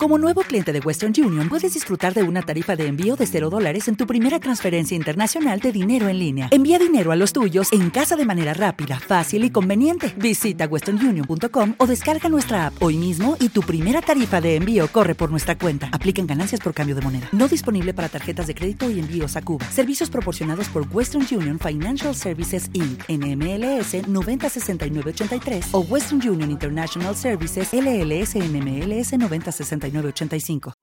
Como nuevo cliente de Western Union, puedes disfrutar de una tarifa de envío de $0 en tu primera transferencia internacional de dinero en línea. Envía dinero a los tuyos en casa de manera rápida, fácil y conveniente. Visita westernunion.com o descarga nuestra app hoy mismo y tu primera tarifa de envío corre por nuestra cuenta. Aplican ganancias por cambio de moneda. No disponible para tarjetas de crédito y envíos a Cuba. Servicios proporcionados por Western Union Financial Services Inc. NMLS 906983 o Western Union International Services LLS NMLS 906985.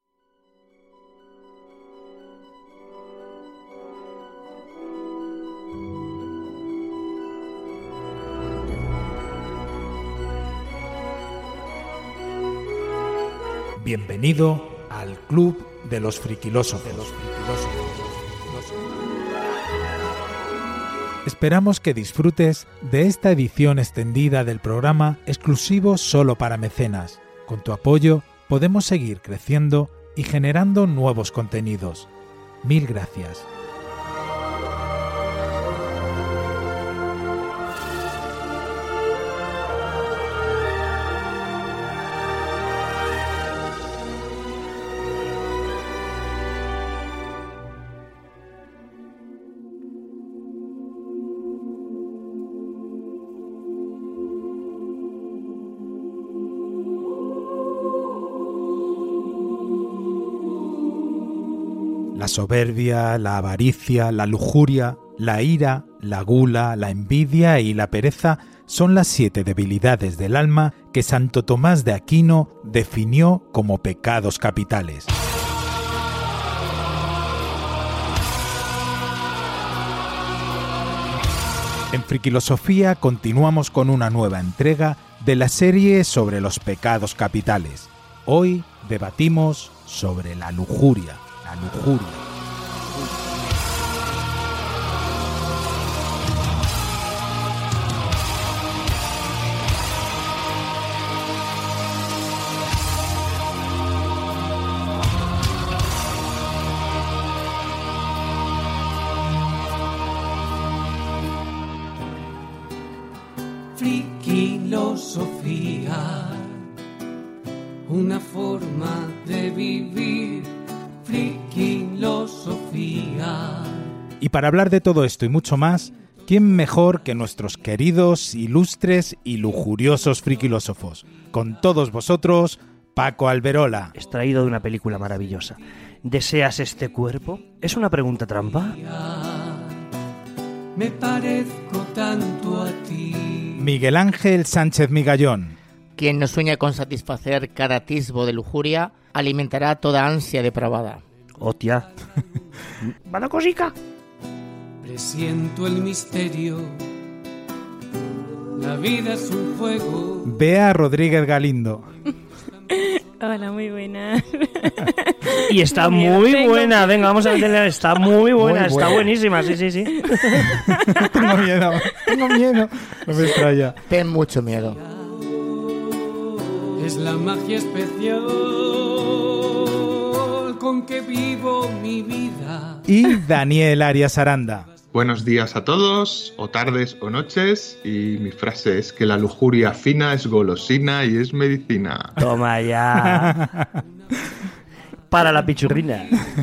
Bienvenido al Club de los Friquilósofos. Esperamos que disfrutes de esta edición extendida del programa exclusivo solo para mecenas. Con tu apoyo podemos seguir creciendo y generando nuevos contenidos. Mil gracias. La soberbia, la avaricia, la lujuria, la ira, la gula, la envidia y la pereza son las 7 debilidades del alma que Santo Tomás de Aquino definió como pecados capitales. En Friquilosofía continuamos con una nueva entrega de la serie sobre los pecados capitales. Hoy debatimos sobre la lujuria. La lujuria. Friquilosofía, una forma de vivir. Friquilosofía. Y para hablar de todo esto y mucho más, ¿quién mejor que nuestros queridos, ilustres y lujuriosos friquilósofos? Con todos vosotros, Paco Alberola. Extraído de una película maravillosa. ¿Deseas este cuerpo? ¿Es una pregunta trampa? Me parezco tanto a ti. Miguel Ángel Sánchez Migallón. Quien no sueña con satisfacer cada atisbo de lujuria, alimentará toda ansia depravada. ¡Hostia! ¡Vale, cosica! Presiento el misterio. La vida es un juego. Bea Rodríguez Galindo. Hola, muy buena. Y está muy buena. Venga, vamos a meterle. Está muy buena, está buenísima. Sí. Tengo miedo. No me extraña. Ten mucho miedo. Es la magia especial con que vivo mi vida. Y Daniel Arias Aranda. Buenos días a todos, o tardes o noches, y mi frase es que la lujuria fina es golosina y es medicina. Toma ya. Para la pichurrina.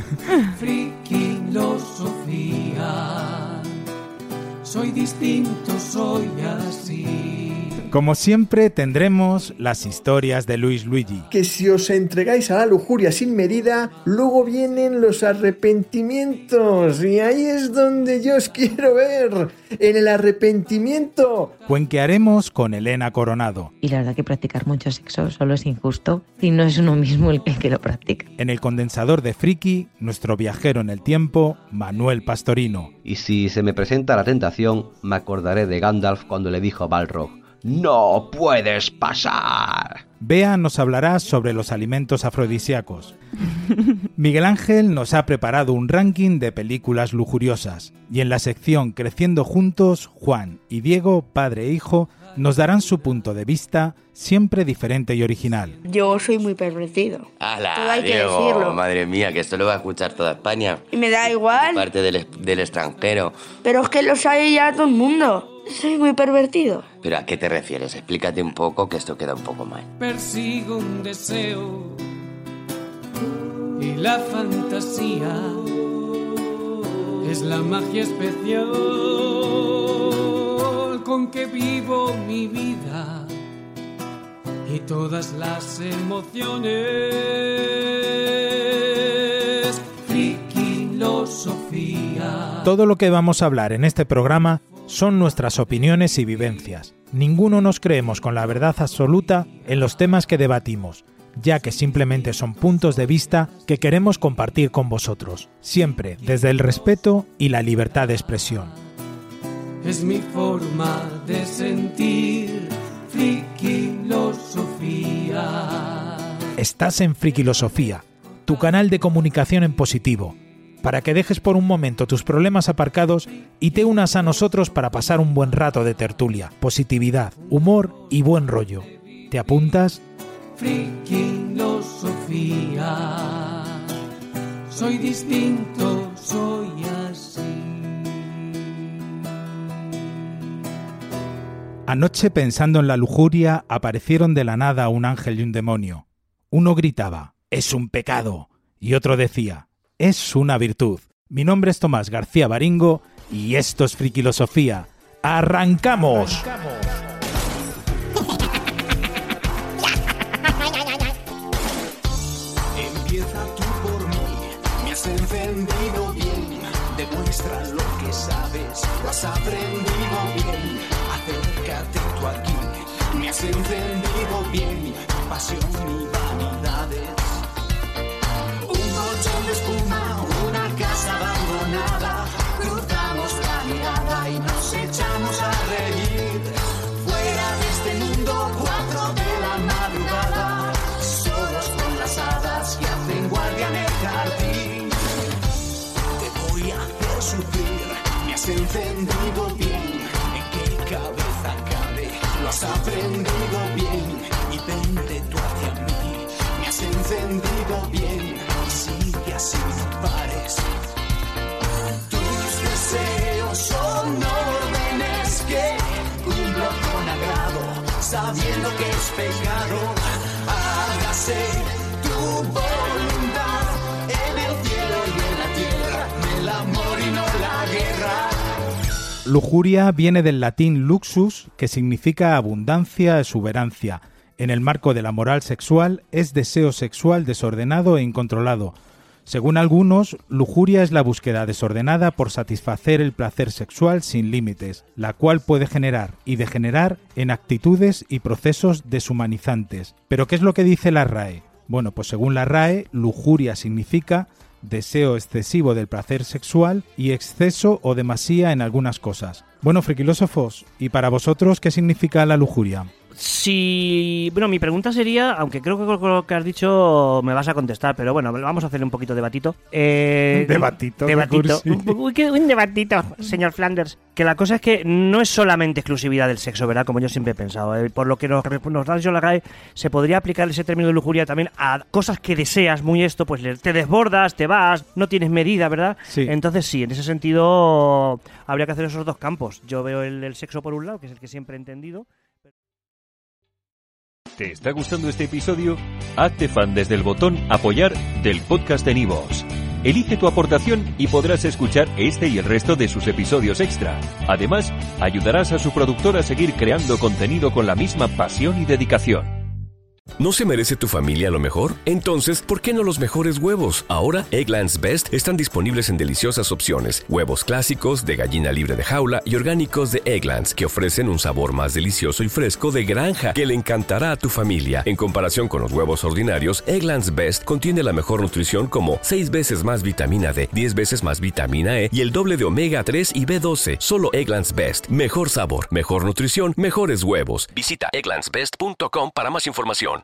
Friquilosofía, soy distinto, soy así. Como siempre tendremos las historias de Luis Luigi. Que si os entregáis a la lujuria sin medida, luego vienen los arrepentimientos. Y ahí es donde yo os quiero ver, en el arrepentimiento. Cuenquearemos con Elena Coronado. Y la verdad que practicar mucho sexo solo es injusto y no es uno mismo el que lo practica. En el condensador de Friki, nuestro viajero en el tiempo, Manuel Pastorino. Y si se me presenta la tentación, me acordaré de Gandalf cuando le dijo a Balrog: ¡no puedes pasar! Bea nos hablará sobre los alimentos afrodisíacos. Miguel Ángel nos ha preparado un ranking de películas lujuriosas. Y en la sección Creciendo Juntos, Juan y Diego, padre e hijo, nos darán su punto de vista, siempre diferente y original. Yo soy muy pervertido. ¡Hala, todo hay Diego! Que decirlo. Madre mía, que esto lo va a escuchar toda España. Y me da igual. Parte del extranjero. Pero es que lo sabe ya todo el mundo. Soy muy pervertido. ¿Pero a qué te refieres? Explícate un poco, que esto queda un poco mal. Persigo un deseo y la fantasía es la magia especial con que vivo mi vida y todas las emociones. Frikilosofía. Todo lo que vamos a hablar en este programa son nuestras opiniones y vivencias. Ninguno nos creemos con la verdad absoluta en los temas que debatimos, ya que simplemente son puntos de vista que queremos compartir con vosotros, siempre desde el respeto y la libertad de expresión. Es mi forma de sentir Frikilosofía. Estás en Frikilosofía, tu canal de comunicación en positivo, para que dejes por un momento tus problemas aparcados y te unas a nosotros para pasar un buen rato de tertulia, positividad, humor y buen rollo. ¿Te apuntas? Frikilosofía. Soy distinto, soy así. Anoche, pensando en la lujuria, aparecieron de la nada un ángel y un demonio. Uno gritaba, «¡Es un pecado!» y otro decía, «Es una virtud». Mi nombre es Tomás García Baringo y esto es Frikilosofía. ¡Arrancamos! Empieza tú por mí, me has encendido bien, demuestra lo que sabes, lo has aprendido bien, acércate tú aquí, me has encendido bien, pasión y vanidades. Un colchón de espuma, una casa abandonada, cruzamos la mirada y nos echamos a reír. Fuera de este mundo, 4 de la madrugada, solos con las hadas que hacen guardia en el jardín. Te voy a hacer sufrir, me has encendido bien, en qué cabeza cabe, lo has aprendido bien, y vente tú hacia mí, me has encendido bien, y sigue así, no pares. Tus deseos son órdenes que cumplo con agrado, sabiendo que es pecado. Hágase tu voluntad en el cielo y en la tierra, en el amor y no la guerra. Lujuria viene del latín luxus, que significa abundancia, exuberancia. En el marco de la moral sexual, es deseo sexual desordenado e incontrolado. Según algunos, lujuria es la búsqueda desordenada por satisfacer el placer sexual sin límites, la cual puede generar y degenerar en actitudes y procesos deshumanizantes. ¿Pero qué es lo que dice la RAE? Bueno, pues según la RAE, lujuria significa deseo excesivo del placer sexual y exceso o demasía en algunas cosas. Bueno, friquilósofos, ¿y para vosotros qué significa la lujuria? Sí, bueno, mi pregunta sería, aunque creo que con lo que has dicho me vas a contestar, pero bueno, vamos a hacer un poquito de debatito. Debatito. Un debatito, señor Flanders. Que la cosa es que no es solamente exclusividad del sexo, ¿verdad? Como yo siempre he pensado. Por lo que nos da la RAE, se podría aplicar ese término de lujuria también a cosas que deseas muy esto, pues te desbordas, te vas, no tienes medida, ¿verdad? Sí. Entonces sí, en ese sentido habría que hacer esos dos campos. Yo veo el sexo por un lado, que es el que siempre he entendido. ¿Te está gustando este episodio? Hazte fan desde el botón Apoyar del podcast de Nivos. Elige tu aportación y podrás escuchar este y el resto de sus episodios extra. Además, ayudarás a su productor a seguir creando contenido con la misma pasión y dedicación. ¿No se merece tu familia lo mejor? Entonces, ¿por qué no los mejores huevos? Ahora, Eggland's Best están disponibles en deliciosas opciones. Huevos clásicos, de gallina libre de jaula y orgánicos de Eggland's, que ofrecen un sabor más delicioso y fresco de granja que le encantará a tu familia. En comparación con los huevos ordinarios, Eggland's Best contiene la mejor nutrición como 6 veces más vitamina D, 10 veces más vitamina E y el doble de omega 3 y B12. Solo Eggland's Best. Mejor sabor, mejor nutrición, mejores huevos. Visita egglandsbest.com para más información.